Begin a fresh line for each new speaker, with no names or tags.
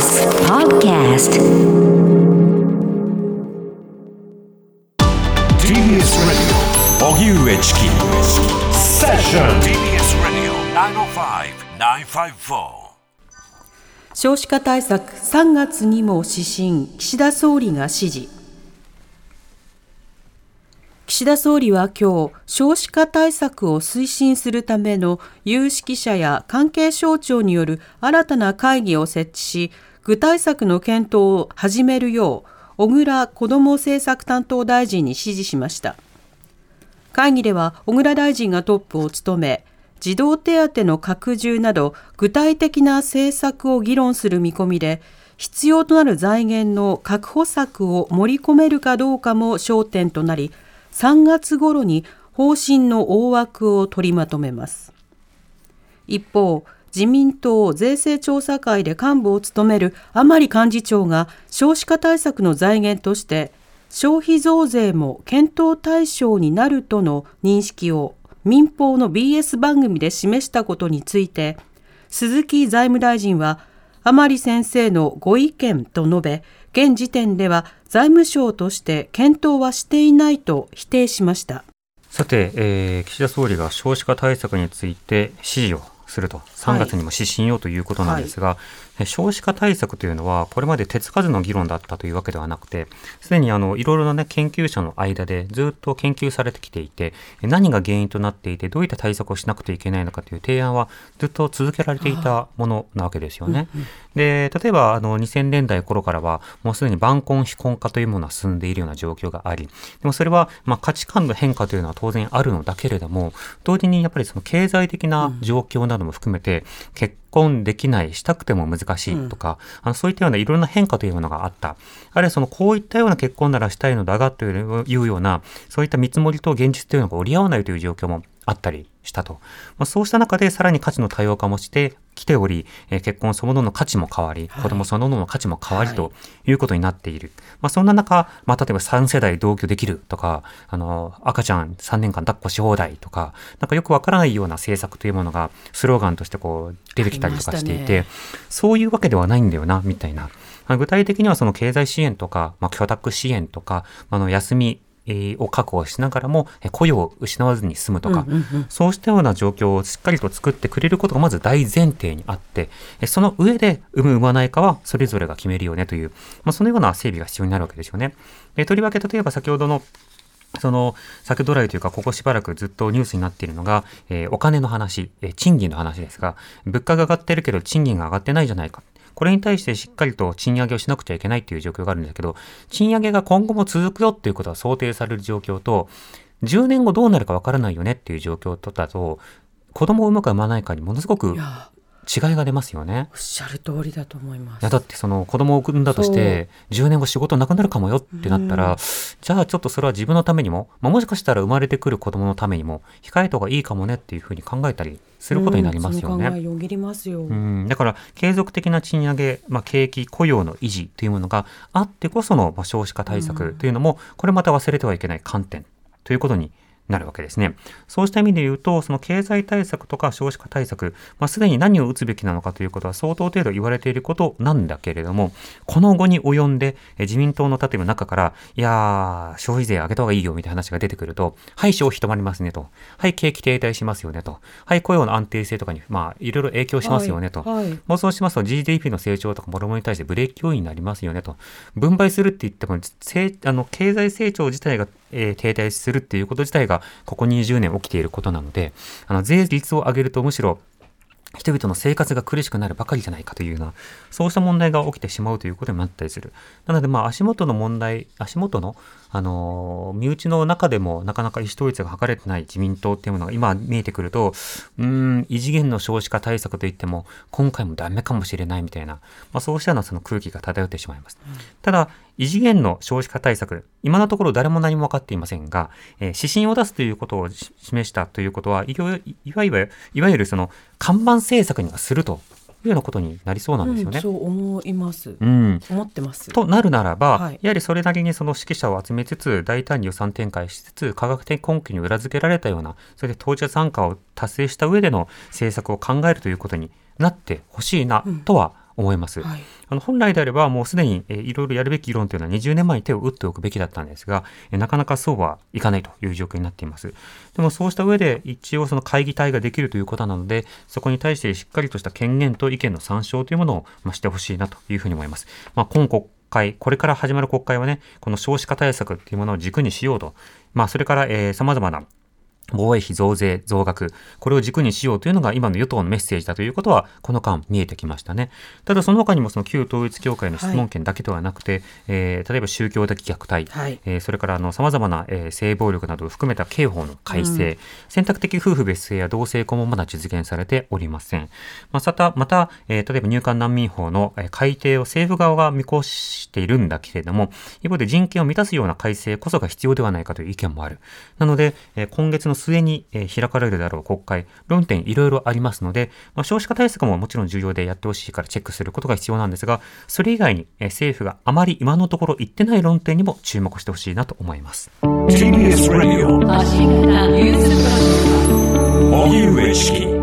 TBS Podcast
TBS Radio 荻上チキセッション TBS Radio 905-954
少子化対策3月にも指針、岸田総理が指示。岸田総理は今日、少子化対策を推進するための有識者や関係省庁による新たな会議を設置し、具体策の検討を始めるよう、小倉こども政策担当大臣に指示しました。会議では小倉大臣がトップを務め、児童手当の拡充など具体的な政策を議論する見込みで、必要となる財源の確保策を盛り込めるかどうかも焦点となり、3月頃に方針の大枠を取りまとめます。一方、自民党税制調査会で幹部を務める甘利幹事長が少子化対策の財源として消費増税も検討対象になるとの認識を民放の BS 番組で示したことについて、鈴木財務大臣は甘利先生のご意見と述べ、現時点では財務省として検討はしていないと否定しました。
さて、岸田総理が少子化対策について指示をすると、3月にも指針をということなんですが、少子化対策というのはこれまで手つかずの議論だったというわけではなくて、すでにいろいろな、研究者の間でずっと研究されてきていて、何が原因となっていてどういった対策をしなくてはいけないのかという提案はずっと続けられていたものなわけですよね。で、例えば2000年代頃からはもうすでに晩婚非婚化というものが進んでいるような状況があり、でもそれは価値観の変化というのは当然あるのだけれども、同時にやっぱりその経済的な状況なども含めて、結婚できない、したくても難しいとか、そういったようないろんな変化というものがあった。あるいはこういったような結婚ならしたいのだがというような、そういった見積もりと現実というのが折り合わないという状況もあったりしたと。そうした中でさらに価値の多様化もしてきており、結婚そのものの価値も変わり、子供そのものの価値も変わりということになっている。そんな中、例えば3世代同居できるとか、赤ちゃん3年間抱っこし放題とか、なんかよくわからないような政策というものがスローガンとして出てきたりとかしていて、そういうわけではないんだよな、みたいな。具体的にはその経済支援とか、居宅支援とか、休みを確保しながらも雇用を失わずに済むとか、そうしたような状況をしっかりと作ってくれることがまず大前提にあって、その上で産む産まないかはそれぞれが決めるよねという、そのような整備が必要になるわけですよね。とりわけ例えば先ほどの先ドライというか、ここしばらくずっとニュースになっているのが、お金の話、賃金の話ですが、物価が上がってるけど賃金が上がってないじゃないか。これに対してしっかりと賃上げをしなくちゃいけないという状況があるんですけど、賃上げが今後も続くよっていうことが想定される状況と、10年後どうなるかわからないよねっていう状況とだと、子供を産むか産まないかにものすごく違いが出ますよね。
おっしゃる通りだと思います。
だって子供を産んだとして10年後仕事なくなるかもよってなったら、じゃあちょっとそれは自分のためにも、もしかしたら生まれてくる子供のためにも控えた方がいいかもねっていうふうに考えたりすることになりますよね。
その考えよぎりますよ。
だから継続的な賃上げ、景気雇用の維持というものがあってこその少子化対策というのも、これまた忘れてはいけない観点ということになるわけですね。そうした意味で言うと、その経済対策とか少子化対策、すでに何を打つべきなのかということは相当程度言われていることなんだけれども、この後に及んで自民党の例えば中から、いやー消費税上げた方がいいよみたいな話が出てくると、はい消費止まりますねと、はい景気停滞しますよねと、はい雇用の安定性とかにいろいろ影響しますよねと、もうそうしますと GDP の成長とかもろもろに対してブレーキ要因になりますよねと、分配するって言っても経済成長自体が停滞するっていうこと自体がここ20年起きていることなので、税率を上げるとむしろ人々の生活が苦しくなるばかりじゃないかというような、そうした問題が起きてしまうということになったりする。なので足元の問題、足元の身内の中でもなかなか意思統一が図れてない自民党っていうものが今見えてくると、異次元の少子化対策といっても今回もダメかもしれないみたいな、そうしたようなその空気が漂ってしまいます。ただ異次元の少子化対策、今のところ誰も何も分かっていませんが、指針を出すということを示したということは、いわゆるその看板政策にはするというようなことになりそうなんですよね。
そう思います。思ってます。
となるならば、やはりそれなりにその指揮者を集めつつ、大胆に予算展開しつつ、科学的根拠に裏付けられたような、それで当事者参加を達成した上での政策を考えるということになってほしいなとは思います。
はい、
本来であればもうすでにいろいろやるべき議論というのは20年前に手を打っておくべきだったんですが、なかなかそうはいかないという状況になっています。でもそうした上で一応その会議体ができるということなので、そこに対してしっかりとした権限と意見の参照というものをしてほしいなというふうに思います。今国会、これから始まる国会はね、この少子化対策というものを軸にしようと、それから様々な防衛費増税増額、これを軸にしようというのが今の与党のメッセージだということはこの間見えてきましたね。ただその他にもその旧統一教会の質問権だけではなくて、例えば宗教的虐待、はい、それから様々な性暴力などを含めた刑法の改正、選択的夫婦別姓や同性婚もまだ実現されておりません。また、例えば入管難民法の改定を政府側が見越しているんだけれども、一方で人権を満たすような改正こそが必要ではないかという意見もある。なので、今月の末に開かれるであろう国会、論点いろいろありますので、少子化対策ももちろん重要でやってほしいからチェックすることが必要なんですが、それ以外に政府があまり今のところ言ってない論点にも注目してほしいなと思います。
TBS Radio 荻上チキ